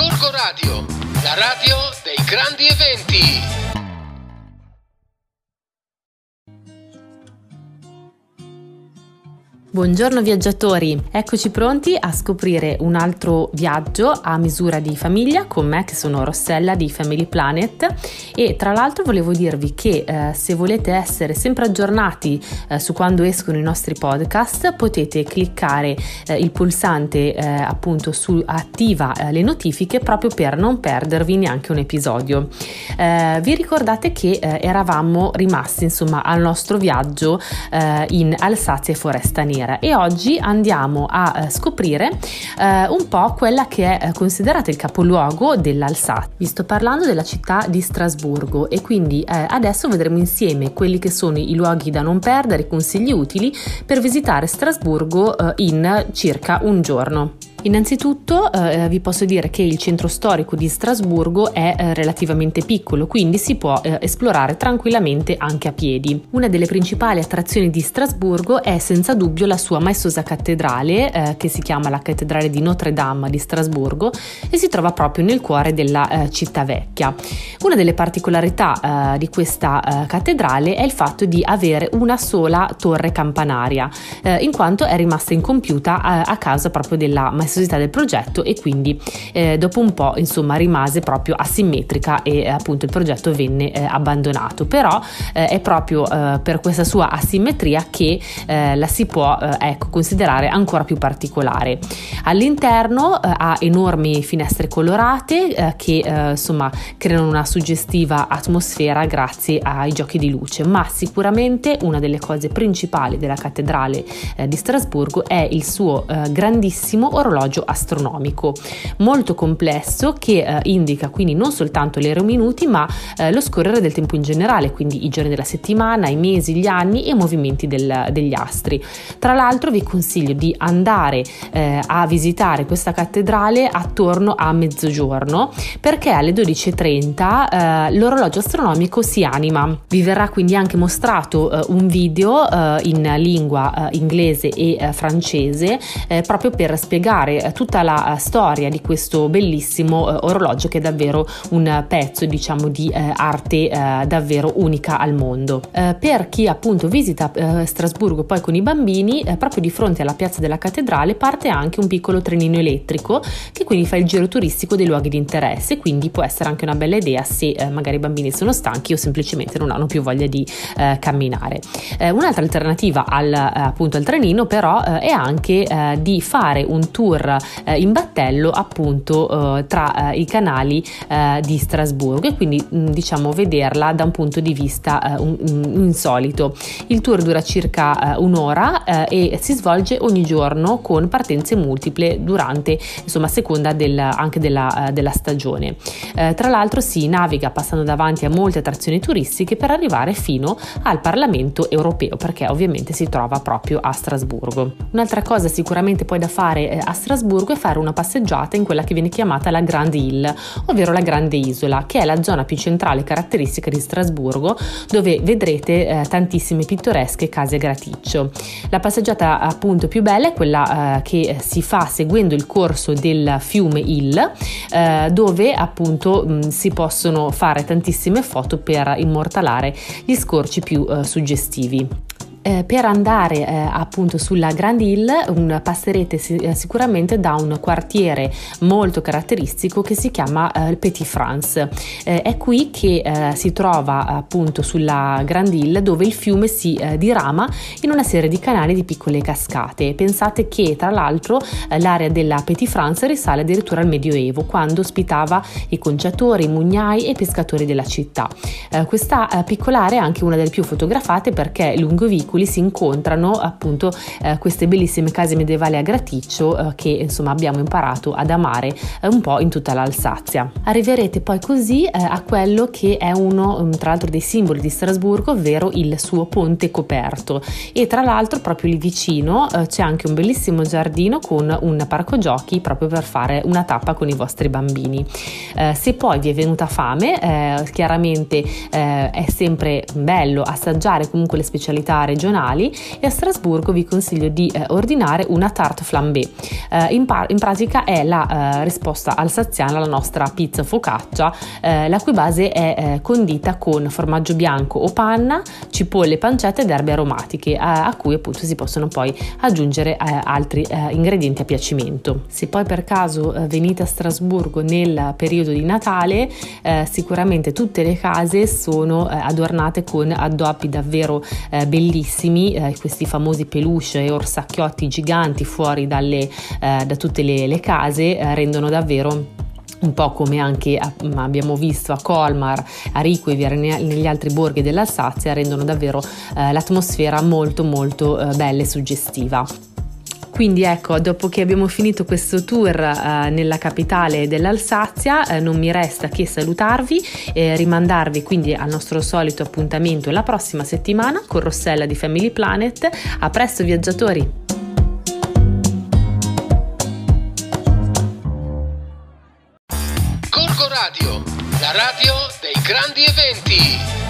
Gorgo Radio, la radio dei grandi eventi. Buongiorno viaggiatori, eccoci pronti a scoprire un altro viaggio a misura di famiglia con me che sono Rossella di Family Planet e tra l'altro volevo dirvi che se volete essere sempre aggiornati su quando escono i nostri podcast potete cliccare il pulsante appunto su attiva le notifiche proprio per non perdervi neanche un episodio. Vi ricordate che eravamo rimasti insomma al nostro viaggio in Alsazia e Foresta Nera e oggi andiamo a scoprire un po' quella che è considerata il capoluogo dell'Alsazia. Vi sto parlando della città di Strasburgo e quindi adesso vedremo insieme quelli che sono i luoghi da non perdere, i consigli utili per visitare Strasburgo in circa un giorno. Innanzitutto vi posso dire che il centro storico di Strasburgo è relativamente piccolo, quindi si può esplorare tranquillamente anche a piedi. Una delle principali attrazioni di Strasburgo è senza dubbio la sua maestosa cattedrale che si chiama la cattedrale di Notre Dame di Strasburgo e si trova proprio nel cuore della città vecchia. Una delle particolarità di questa cattedrale è il fatto di avere una sola torre campanaria, in quanto è rimasta incompiuta a causa proprio della maestosità del progetto e quindi dopo un po' insomma rimase proprio asimmetrica e appunto il progetto venne abbandonato, però è proprio per questa sua asimmetria che la si può considerare ancora più particolare. All'interno ha enormi finestre colorate che insomma creano una suggestiva atmosfera grazie ai giochi di luce, ma sicuramente una delle cose principali della cattedrale di Strasburgo è il suo grandissimo orologio astronomico molto complesso che indica quindi non soltanto le ore minuti ma lo scorrere del tempo in generale, quindi i giorni della settimana, i mesi, gli anni e i movimenti degli astri. Tra l'altro vi consiglio di andare a visitare questa cattedrale attorno a mezzogiorno perché alle 12:30 l'orologio astronomico si anima. Vi verrà quindi anche mostrato un video in lingua inglese e francese proprio per spiegare tutta la storia di questo bellissimo orologio che è davvero un pezzo diciamo di arte davvero unica al mondo. Per chi appunto visita Strasburgo poi con i bambini, proprio di fronte alla piazza della cattedrale parte anche un piccolo trenino elettrico che quindi fa il giro turistico dei luoghi di interesse, quindi può essere anche una bella idea se magari i bambini sono stanchi o semplicemente non hanno più voglia di camminare. Un'altra alternativa appunto al trenino però è anche di fare un tour in battello appunto tra i canali di Strasburgo e quindi diciamo vederla da un punto di vista insolito. Il tour dura circa un'ora e si svolge ogni giorno con partenze multiple durante insomma a seconda anche della stagione. Tra l'altro si naviga passando davanti a molte attrazioni turistiche per arrivare fino al Parlamento europeo perché ovviamente si trova proprio a Strasburgo. Un'altra cosa sicuramente poi da fare a Strasburgo è fare una passeggiata in quella che viene chiamata la Grand Île, ovvero la grande isola, che è la zona più centrale e caratteristica di Strasburgo, dove vedrete tantissime pittoresche case a graticcio. La passeggiata appunto più bella è quella che si fa seguendo il corso del fiume Île, dove appunto si possono fare tantissime foto per immortalare gli scorci più suggestivi. Per andare appunto sulla Grand Île passerete sicuramente da un quartiere molto caratteristico che si chiama Petit France. È qui che si trova appunto sulla Grand Île dove il fiume si dirama in una serie di canali di piccole cascate. Pensate che tra l'altro l'area della Petit France risale addirittura al Medioevo, quando ospitava i conciatori, i mugnai e i pescatori della città. Questa piccola area è anche una delle più fotografate perché lungo i vicoli si incontrano appunto queste bellissime case medievali a graticcio che insomma abbiamo imparato ad amare un po' in tutta l'Alsazia. Arriverete poi così a quello che è uno tra l'altro dei simboli di Strasburgo, ovvero il suo ponte coperto, e tra l'altro proprio lì vicino c'è anche un bellissimo giardino con un parco giochi proprio per fare una tappa con i vostri bambini. Se poi vi è venuta fame chiaramente è sempre bello assaggiare comunque le specialità regionali stagionali, e a Strasburgo vi consiglio di ordinare una tarte flambé. In pratica è la risposta alsaziana alla nostra pizza focaccia, la cui base è condita con formaggio bianco o panna, cipolle, pancette ed erbe aromatiche, a cui appunto si possono poi aggiungere altri ingredienti a piacimento. Se poi per caso venite a Strasburgo nel periodo di Natale, sicuramente tutte le case sono adornate con addobbi davvero bellissimi, questi famosi peluche e orsacchiotti giganti fuori da tutte le case rendono davvero, un po' come anche abbiamo visto a Colmar, a Reykjavik e negli altri borghi dell'Alsazia, rendono davvero l'atmosfera molto molto bella e suggestiva. Quindi ecco, dopo che abbiamo finito questo tour nella capitale dell'Alsazia, non mi resta che salutarvi e rimandarvi quindi al nostro solito appuntamento la prossima settimana con Rossella di Family Planet. A presto viaggiatori! Gorgo Radio, la radio dei grandi eventi.